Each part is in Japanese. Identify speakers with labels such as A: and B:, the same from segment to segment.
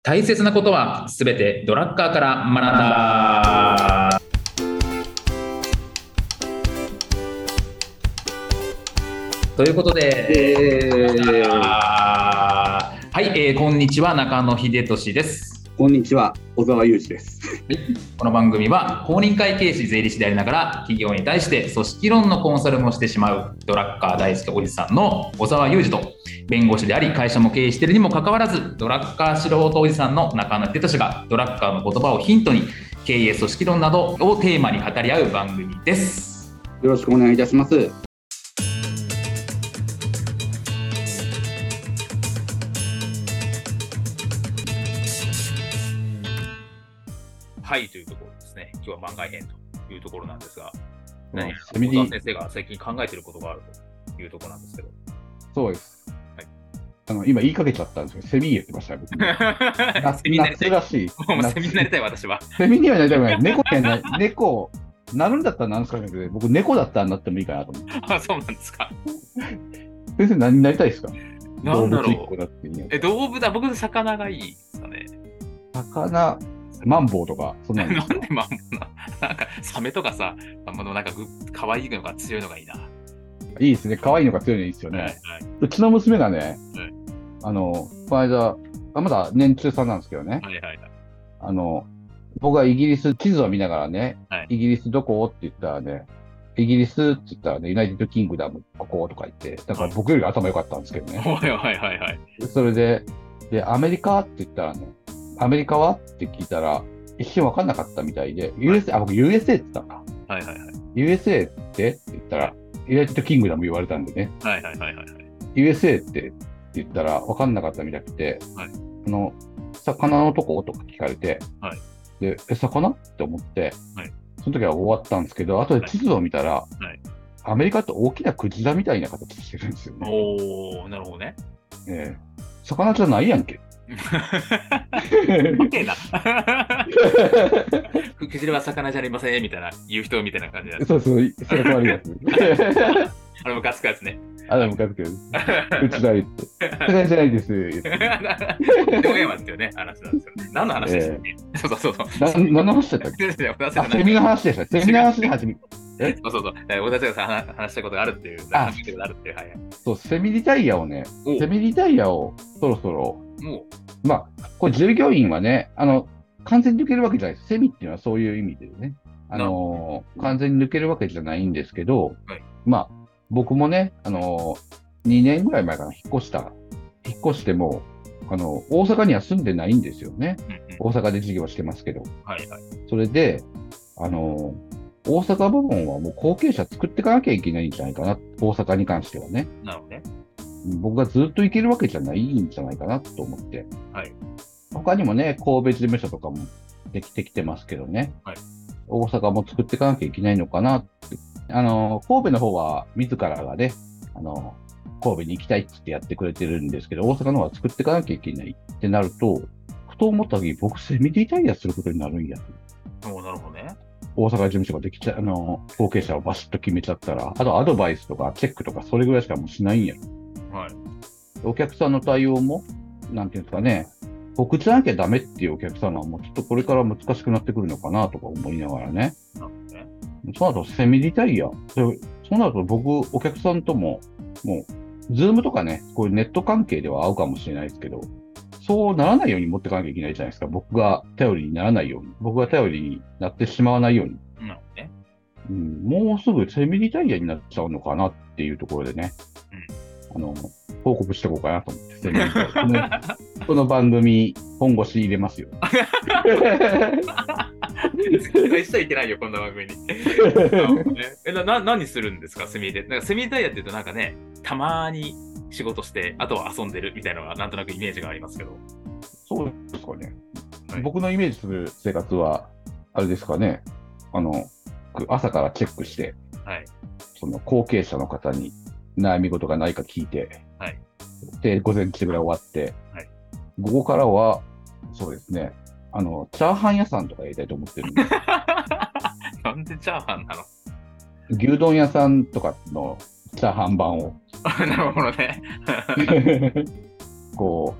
A: 大切なことはすべてドラッカーから学んだ。ということで、はい、こんにちは、中野秀俊です。
B: こんにちは、小沢裕二です。
A: この番組は公認会計士税理士でありながら企業に対して組織論のコンサルもしてしまうドラッカー大好きおじさんの小沢裕二と、弁護士であり会社も経営しているにもかかわらずドラッカー素人おじさんの中野秀俊がドラッカーの言葉をヒントに経営組織論などをテーマに語り合う番組です。
B: よろしくお願いいたします。
A: はい、というところですね。今日は番外編というところなんですが、小沢先生が最近考えていることがあるというところなんですけど。
B: そうです。はい、今言いかけちゃったんですけど、セミ言ってましたよ、僕。
A: セミになりたい。
B: らしい。
A: もうセミになりたい、私は。
B: セミにはなりたくない。猫にはない。猫、なるんだったらなんですかね、僕、猫だったらなってもいいかなと思って。
A: あ、そうなんですか。
B: 先生、何になりたいですか？
A: なんだろう。
B: 動物1個だっていいんや。
A: 動物だ、僕、魚がいいですかね。
B: 魚、マンボウとか、そんなんですか？
A: なんでマンボウなんか、サメとかさ、なんか可愛いのが強いのがいいな。
B: いいですね。可愛いのが強いのいいですよね。
A: はいはい、
B: うちの娘がね、
A: はい、
B: この間、まだ年中さんなんですけどね。
A: はいはいはい、
B: 僕がイギリス地図を見ながらね、
A: はい、
B: イギリスどこって言ったらね、イギリスって言ったらね、ユナイテッドキングダムこことか言って、だから僕より頭良かったんですけどね。
A: はいはいはいはい。
B: それで、アメリカって言ったらね、アメリカはって聞いたら、一瞬分かんなかったみたいで、僕 USA って言ったか。
A: はいはいはい。
B: USA って言ったら、ユナイテッドキングダム言われたんでね。
A: はいはいはいはい。
B: USA って言ったら分かんなかったみたくて、
A: はい、
B: 魚のとことか聞かれて、
A: はい、
B: で、魚って思って、
A: はい、
B: その時は終わったんですけど、後で地図を見たら、
A: はいはい、
B: アメリカって大きなクジラみたいな形してるんですよね。
A: おー、なるほどね。
B: 魚じゃないやんけ。
A: OK な。クジラは魚じゃありませんみたいな、言う人みたいな感じだ。
B: そうそう、それ悪いやつ。
A: ムカつくやつね。
B: ムカつくやつ。うちだいって。魚じゃないです。
A: でもやますよね、話なんですよね。何の話でしたっけ？そう。
B: 何の話だったっけ？セミの話でした。セミの話で始め。
A: そう。小田さん話したことがあるっていう。そう、
B: セミリタイヤをね、そろそろ、これ従業員はね、完全に抜けるわけじゃないです。セミっていうのはそういう意味でね。完全に抜けるわけじゃないんですけど、はい、僕もね、2年ぐらい前から引っ越しても、大阪には住んでないんですよね。大阪で事業してますけど。はいはい、それで、大阪部門はもう後継者作っていかなきゃいけないんじゃないかな。大阪に関してはね。
A: なるほどね。
B: 僕がずっと行けるわけじゃないんじゃないかなと思って。はい、他にもね、神戸事務所とかもできてきてますけどね。はい、大阪も作っていかなきゃいけないのかなって。神戸の方は自らがね、神戸に行きたいってやってくれてるんですけど、大阪の方は作っていかなきゃいけないってなると、ふと思った時に僕セミリタイアすることになるんやと。
A: なるほどね。
B: 大阪事務所ができちゃ後継者をバシッと決めちゃったら、あとアドバイスとかチェックとかそれぐらいしかもうしないんや。はい。お客さんの対応も、なんていうんですかね、僕じゃなきゃダメっていうお客さんはもうちょっとこれから難しくなってくるのかなとか思いながらね。そうなるとセミリタイア。そうなると僕、お客さんとも、もう、ズームとかね、こういうネット関係では合うかもしれないですけど、そうならないように持っていかなきゃいけないじゃないですか。僕が頼りにならないように。僕が頼りになってしまわないように。もうすぐセミリタイアになっちゃうのかなっていうところでね。報告しておこうかなと思って、セミリタイア。この番組、本腰入れますよ。
A: 一切いけないよ、こんな番組に。何するんですか、セミで。なんかセミリタイアって言うとなんかね、たまに仕事して、あとは遊んでるみたいなのがなんとなくイメージがありますけど。
B: そうですかね。はい、僕のイメージする生活は、あれですかね。朝からチェックして、はい、その後継者の方に悩み事がないか聞いて、はい、で、午前中ぐらい終わって、はい、午後からは、そうですね、チャーハン屋さんとかやりたいと思ってるんで。
A: なんでチャーハンなの？
B: 牛丼屋さんとかのチャーハン版を。
A: なるほどね。
B: こう、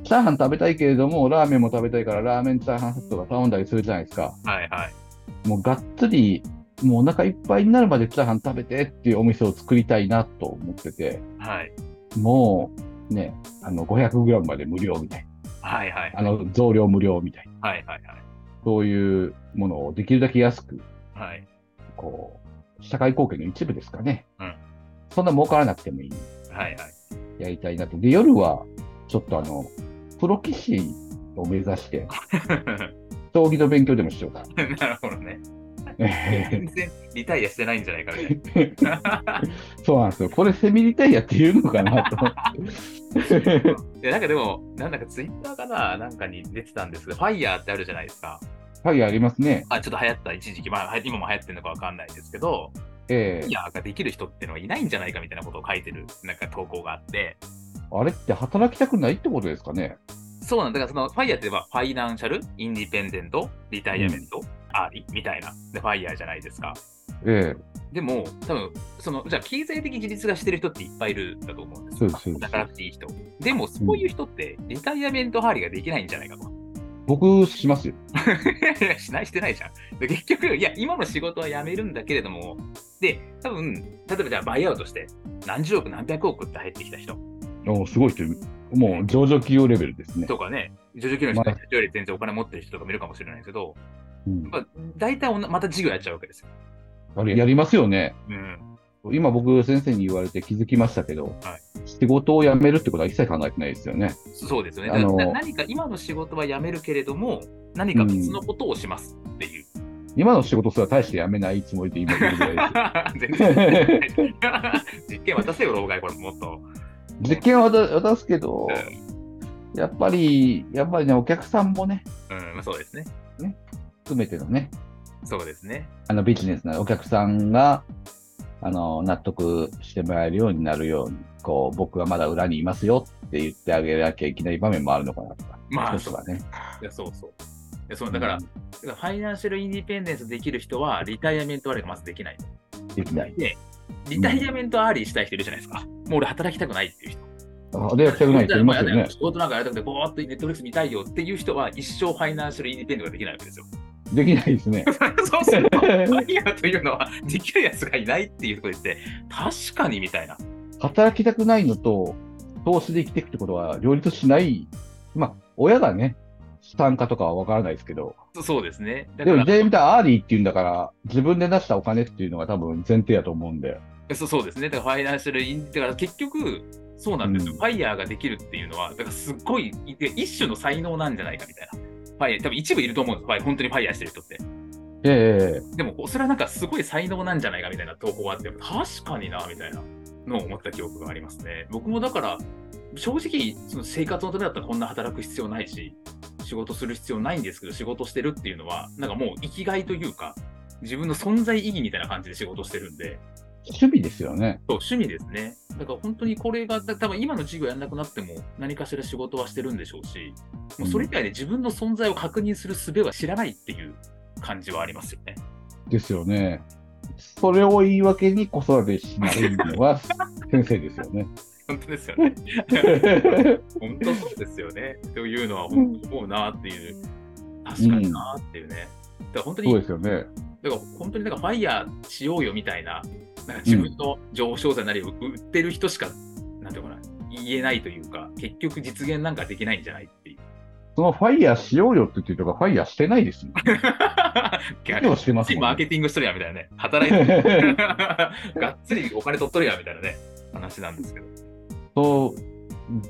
B: チャーハン食べたいけれども、ラーメンも食べたいから、ラーメンチャーハンセットが頼んだりするじゃないですか。
A: はいはい。
B: もうがっつり、もうお腹いっぱいになるまでチャーハン食べてっていうお店を作りたいなと思ってて、
A: はい。
B: もうね、500グラムまで無料みたい
A: はいはい。
B: な。増量無料みたいな。
A: はいはいはい。
B: そういうものをできるだけ安く、
A: はい。
B: こ社会貢献の一部ですかね。
A: うん。
B: そんな儲からなくてもいい。
A: はいはい。
B: やりたいなと。で、夜は、ちょっとプロ棋士を目指して、将棋の勉強でもしようかな。
A: なるほどね。全然リタイアしてないんじゃないかみたいな。
B: そうなんですよ。これセミリタイヤって言うのかなと。
A: なんかでも、なんだかツイッターかななんかに出てたんですけど、ファイヤーってあるじゃないですか。
B: はい、ありますね。
A: ちょっと流行った一時期、まあ、今も流行ってるのかわかんないですけど、ファイヤーができる人っていうのはいないんじゃないかみたいなことを書いてるなんか投稿があって、
B: あれって働きたくないってことですかね。
A: そうなんだ。からそのファイヤーって言えば、ファイナンシャル、インディペンデント、リタイアメント、アーリーみたいな。で、ファイヤーじゃないですか。でも、多分じゃあ、経済的自立がしてる人っていっぱいいるんだと思うんですよ。働かなくていい人。でも、そういう人って、リタイアメントハーリーができないんじゃないかと。
B: 僕、しますよ。
A: してないじゃん。で結局、いや、今の仕事は辞めるんだけれども、で、多分、例えばじゃあ、バイアウトして、何十億、何百億って入ってきた人。
B: すごい人、もう上場企業レベルですね。
A: とかね、上場企業の人より全然お金持ってる人とかもいるかもしれないけど、大体また事業やっちゃうわけですよ。
B: あれ、やりますよね。
A: うん。
B: 今僕先生に言われて気づきましたけど、仕事を辞めるってことは一切考えてないですよね。
A: そうですよね。何か今の仕事は辞めるけれども、何か別のことをしますっていう。
B: 今の仕事すら大して辞めないつもりで今いるぐらいです。
A: 全然実験渡せよ、老害、これもっと。
B: 実験は渡すけど、やっぱりね、お客さんもね、
A: そうですね。
B: 含めてのね、
A: そうですね。
B: ビジネスなお客さんが、納得してもらえるようになるように、僕はまだ裏にいますよって言ってあげなきゃいけない場面もあるのかなとか。
A: まあ、
B: そうね。
A: いや、そうそう。だから、ファイナンシャルインディペンデンスできる人は、リタイアメントアーリーがまずできない。
B: できない。
A: で、リタイアメントアーリーしたい人いるじゃないですか。もう俺働きたくないっていう人。
B: で、やりたくない人いますよね。
A: 仕事なんかやりたくて、ぼーっとネットフリックス見たいよっていう人は、一生ファイナンシャルインディペンデントができないわけですよ。
B: できないですね。
A: そうすると、ファイヤーというのはできるやつがいないっていうところで言って、確かにみたいな。
B: 働きたくないのと、投資で生きていくってことは両立しない。まあ、親がね、参加とかは分からないですけど。
A: そうですね。
B: でも、全員アーリーっていうんだから、自分で出したお金っていうのが多分前提やと思うんで。
A: そうですね。だからファイナンシャルイン、だから結局、そうなんですよ。ファイヤーができるっていうのは、だからすっごい、一種の才能なんじゃないかみたいな。多分一部いると思うんです。本当にファイヤーしてる人って。でも、それはなんかすごい才能なんじゃないかみたいな投稿があって、確かにな、みたいなのを思った記憶がありますね。僕もだから、正直、その生活のためだったらこんな働く必要ないし、仕事する必要ないんですけど、仕事してるっていうのは、なんかもう生きがいというか、自分の存在意義みたいな感じで仕事してるんで。
B: 趣味ですよね。
A: そう、趣味ですね。だから本当にこれが、多分今の授業やんなくなっても何かしら仕事はしてるんでしょうし、もうそれ以外で自分の存在を確認する術は知らないっていう感じはありますよね。
B: ですよね。それを言い訳に子育てしないのは先生ですよね。
A: 本当ですよね。本当そうですよね。というのは本当思うなっていう、確かになっていうね。だから本当に、
B: そうですよね。
A: だから本当になんかファイヤーしようよみたいな、なんか自分の情報商材なりを売ってる人しか、なんていうかな、言えないというか、結局実現なんかできないんじゃないっていう。
B: そのファイヤーしようよって言ってる人がファイヤーしてないですもん。
A: 逆にしてますもんね。マーケティングしとるやみたいなね。働いてがっつりお金取っとるやみたいなね、話なんですけど。
B: そう、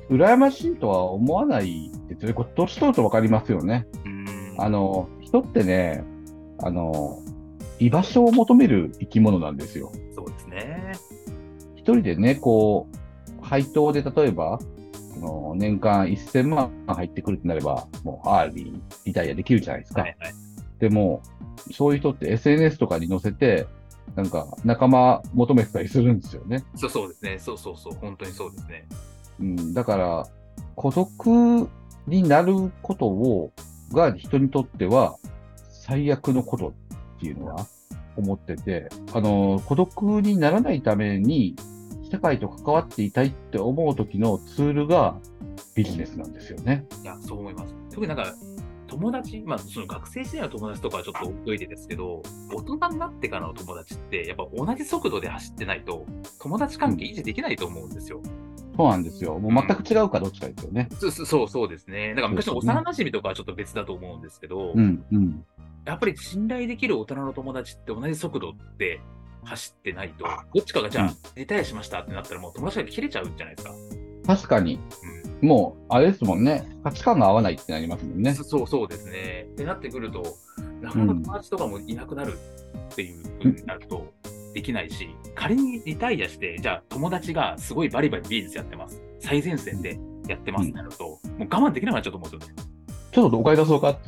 B: 羨ましいとは思わないですよね。年取ると分かりますよね。人ってね、居場所を求める生き物なんですよ。
A: そうですね。
B: 一人でね、配当で例えば、年間1000万入ってくるってなれば、もうアーリー、リタイアできるじゃないですか。でも、そういう人って SNS とかに載せて、なんか仲間求めてたりするんですよね。
A: そうですね。そう。本当にそうですね。
B: だから、孤独になることが人にとっては最悪のことっていうのは思ってて、孤独にならないために社会と関わっていたいって思う時のツールがビジネスなんですよね。
A: いや、そう思います。特になんか、友達、その学生時代の友達とかはちょっと置いといてですけど、大人になってからの友達って、やっぱ同じ速度で走ってないと、友達関係維持できないと思うんですよ。
B: そうなんですよ。もう全く違うかどっちかですよね。
A: そうですね。だから昔の幼馴染とかはちょっと別だと思うんですけど、やっぱり信頼できる大人の友達って同じ速度で走ってないと、どっちかがじゃあ、リタイアしましたってなったらもう友達が切れちゃうじゃないですか。
B: 確かに。もう、あれですもんね。価値観が合わないってなりますもんね。
A: そうですね。ってなってくると、なかなか友達とかもいなくなるっていう風になるとできないし、仮にリタイアして、じゃあ友達がすごいバリバリビーズやってます。最前線でやってますってなると、もう我慢できなくなっちゃうと思うんですよね。
B: ちょっとお金出そうかって。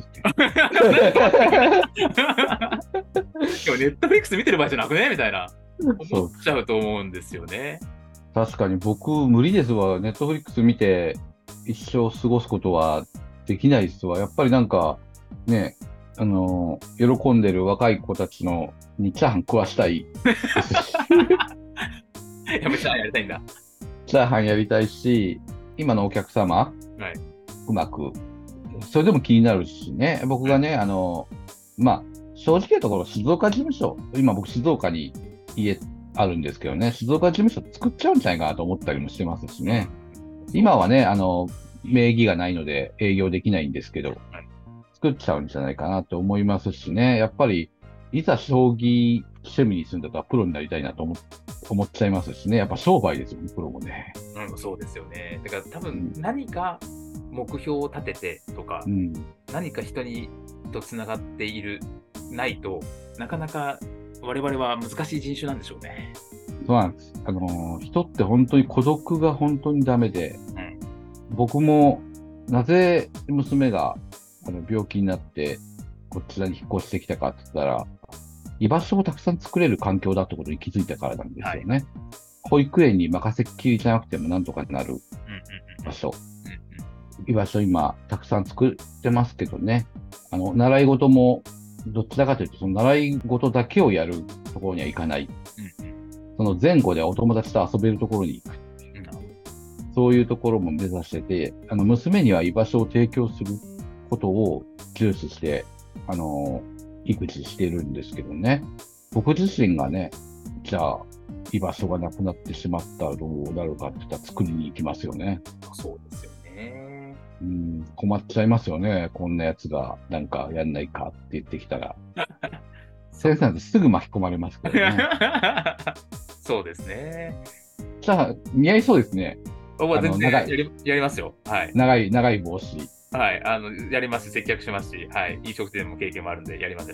A: でもネットフリックス見てる場合じゃなくねみたいな思っちゃうと思うんですよね。
B: 確かに僕無理ですわ。ネットフリックス見て一生過ごすことはできないですわ。やっぱりなんかね、喜んでる若い子たちのにチャーハン食わしたいですし。
A: やっぱチャーハンやりたいんだ。
B: チャーハンやりたいし、今のお客様、
A: はい、
B: うまく、それでも気になるしね、僕がね、正直なところ、静岡事務所、今僕静岡に家あるんですけどね、静岡事務所作っちゃうんじゃないかなと思ったりもしてますしね。今はね、名義がないので営業できないんですけど、作っちゃうんじゃないかなと思いますしね、やっぱり、いざ将棋趣味にするんだったらプロになりたいなと思っちゃいますしね、やっぱ商売ですよね、プロもね。
A: そうですよね。だから多分何か目標を立ててとか、何か人とつながっている、ないとなかなか我々は難しい人種なんでしょうね。
B: そうなんです。人って本当に孤独が本当にダメで、僕もなぜ娘が病気になってこちらに引っ越してきたかって言ったら、居場所をたくさん作れる環境だってことに気づいたからなんですよね。保育園に任せっきりじゃなくてもなんとかなる場所。居場所今たくさん作ってますけどね。習い事もどちらかというとその習い事だけをやるところには行かない。その前後でお友達と遊べるところに行く。そういうところも目指してて、娘には居場所を提供することを重視して、育児してるんですけどね。僕自身がね、じゃあ、居場所がなくなってしまったらどうなるかって言ったら作りに行きますよね。
A: そうですよね。
B: 困っちゃいますよね。こんなやつがなんかやんないかって言ってきたら。先生なんてすぐ巻き込まれますけどね。
A: そうですね。
B: じゃあ、似合いそうですね。
A: 全然やりますよ。はい。
B: 長い帽子。
A: はい。やりますし、接客しますし、はい。飲食店の経験もあるんで、やりますよ。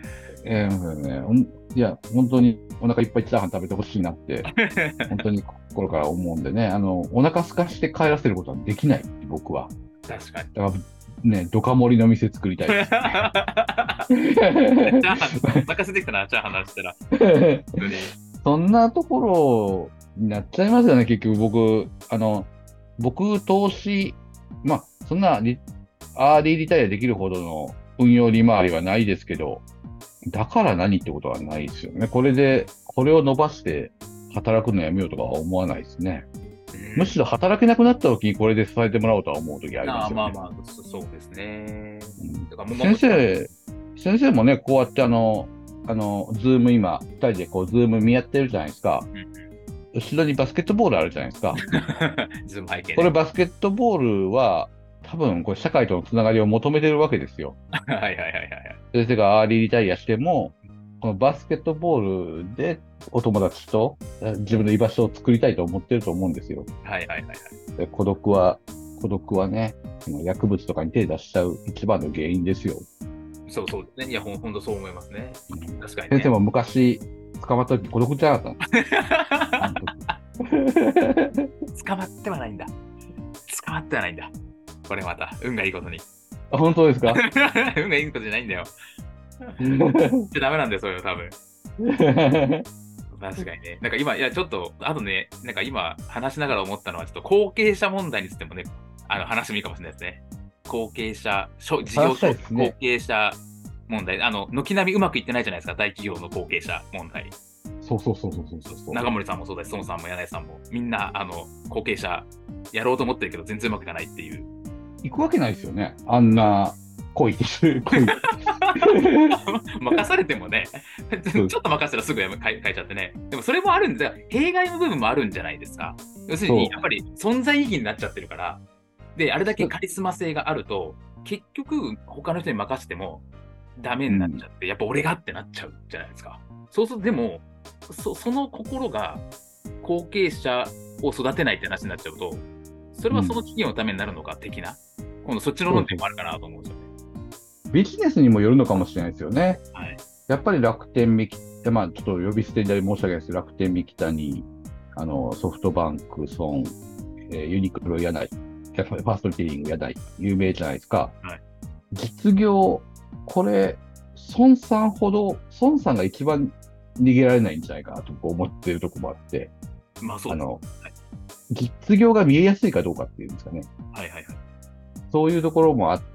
B: いや、本当にお腹いっぱいチャーハン食べてほしいなって、本当に心から思うんでね、お腹空かして帰らせることはできない、僕は。
A: 確かに。
B: だからね、ドカ盛りの店作りたいです、ね。チャ
A: ーハン、任せてきたな、チャーハンの話したら。
B: そんなところになっちゃいますよね、結局僕、投資、そんなアーリーリタイアできるほどの運用利回りはないですけど、だから何ってことはないですよね。これを伸ばして働くのやめようとかは思わないですね。むしろ働けなくなった時にこれで支えてもらおうとは思う時ありますよね。
A: そうですね。
B: 先生もね、こうやってズーム今、2人でこう、ズーム見合ってるじゃないですか。後ろにバスケットボールあるじゃないですか。
A: ズーム背景ね。
B: これバスケットボールは、多分これ社会とのつながりを求めてるわけですよ。先生がアーリーリタイアしても、このバスケットボールでお友達と自分の居場所を作りたいと思ってると思うんですよ。孤独はね、薬物とかに手出しちゃう一番の原因ですよ。
A: そうですね。いや、ほんとそう思いますね。確かに、ね。
B: 先生も昔、捕まった時孤独じゃなかった
A: の捕まってはないんだ。これまた、運がいいことに。
B: 本当ですか？
A: 運がいいことじゃないんだよ。言っちゃダメなんだよ、そういうの多分。確かにね。なんか今、いや、ちょっと、あとね、なんか今話しながら思ったのは、ちょっと後継者問題についてもね、話してもいいかもしれないですね。後継者、事業所後継者問題、軒並みうまくいってないじゃないですか、大企業の後継者問題。
B: そうそうそう
A: 長森さんもそうだし、孫さんも柳井さんも、みんな、後継者やろうと思ってるけど、全然うまくいかないっていう。
B: 行くわけないですよね。あんな、恋っていう、恋。
A: 任されてもね、ちょっと任せたらすぐ変えちゃってね。でもそれもあるんで、弊害の部分もあるんじゃないですか。要するに、やっぱり存在意義になっちゃってるから、で、あれだけカリスマ性があると、結局、他の人に任せてもダメになっちゃって、やっぱ俺がってなっちゃうじゃないですか。そうすると、でも、その心が後継者を育てないって話になっちゃうと、それはその企業のためになるのか的な、今度そっちの論点もあるかなと思うんですよね。
B: ビジネスにもよるのかもしれないですよね。
A: はい、
B: やっぱり楽天三木、ちょっと呼び捨てで申し訳ないですけど、楽天三木谷、ソフトバンク、孫、ユニクロ、柳井、ファーストリテイリング、柳井、有名じゃないですか。
A: はい、
B: 実業、これ、孫さんが一番逃げられないんじゃないかなと思ってるところもあって、
A: まあそうですね。
B: 実業が見えやすいかどうかっていうんですかね。
A: はいはいはい。
B: そういうところもあって、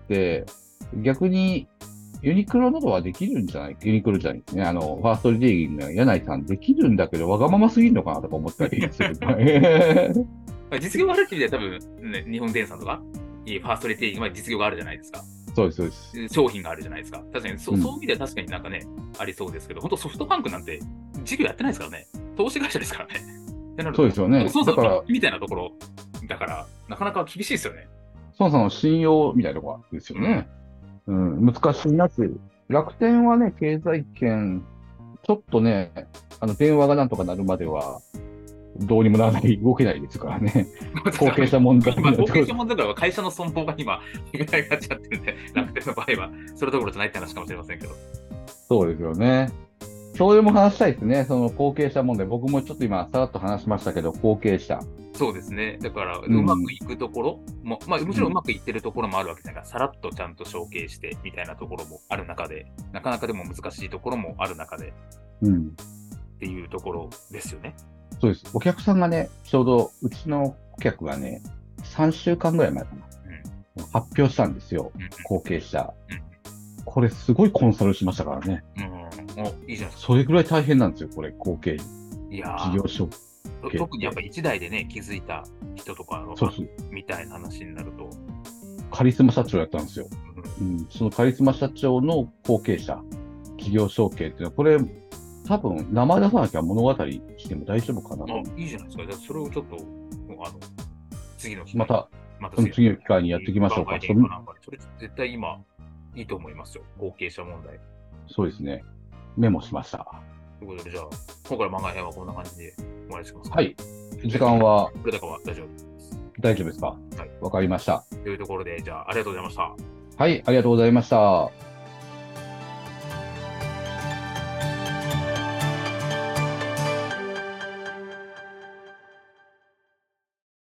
B: 逆にユニクロなどはできるんじゃないユニクロじゃないですね。ファーストリテイリングの柳井さんできるんだけど、わがまますぎるのかなとか思ったりする。
A: 実業があるって意味では多分、ね、日本電産とか、ファーストリテイリングは実業があるじゃないですか。
B: そうです、そうです。
A: 商品があるじゃないですか。確かに、そういう意味では確かになんかね、ありそうですけど、本当ソフトバンクなんて事業やってないですからね。投資会社ですからね。
B: そうですよね。
A: だから、みたいなところ、だから、なかなか厳しいですよね。
B: 孫さんの信用みたいなところですよね。難しいなって。楽天はね、経済圏、ちょっとね、電話がなんとかなるまでは、どうにもならない、動けないですからね。後継者問題。
A: 後継者問題は会社の損保が今、問題になっちゃってるんで、楽天の場合は、それどころじゃないって話かもしれませんけど。
B: そうですよね。それも話したいですね。その後継者問題。僕もちょっと今、さらっと話しましたけど、後継者。
A: そうですね。だから、うまくいくところも、まあ、もちろんうまくいってるところもあるわけだから、さらっとちゃんと承継してみたいなところもある中で、なかなかでも難しいところもある中で、っていうところですよね。
B: そうです。お客さんがね、ちょうどうちの顧客がね、3週間ぐらい前かな、発表したんですよ、後継者。これすごいコンサルしましたからね。
A: いいじゃないですか。
B: それぐらい大変なんですよ、これ、後継。
A: いや
B: 事業所。
A: 特にやっぱ1代でね、気づいた人とかみたいな話になると。
B: カリスマ社長やったんですよ。そのカリスマ社長の後継者、事業承継っていうのは、これ、多分、名前出さなきゃ物語しても大丈夫かなと。
A: いいじゃないですか。じゃあそれをちょっと、次の機会
B: また次の機会にやっていきましょうか。
A: それ絶対今、いいと思いますよ。後継者問題。
B: そうですね。メモしました。
A: ということで、じゃあ、今回の漫画編はこんな感じで終わりしますか。
B: はい。時間は
A: これだかは大丈夫です。
B: 大丈夫ですか。わかりました。
A: というところで、じゃあ、ありがとうございました。
B: はい、ありがとうございました。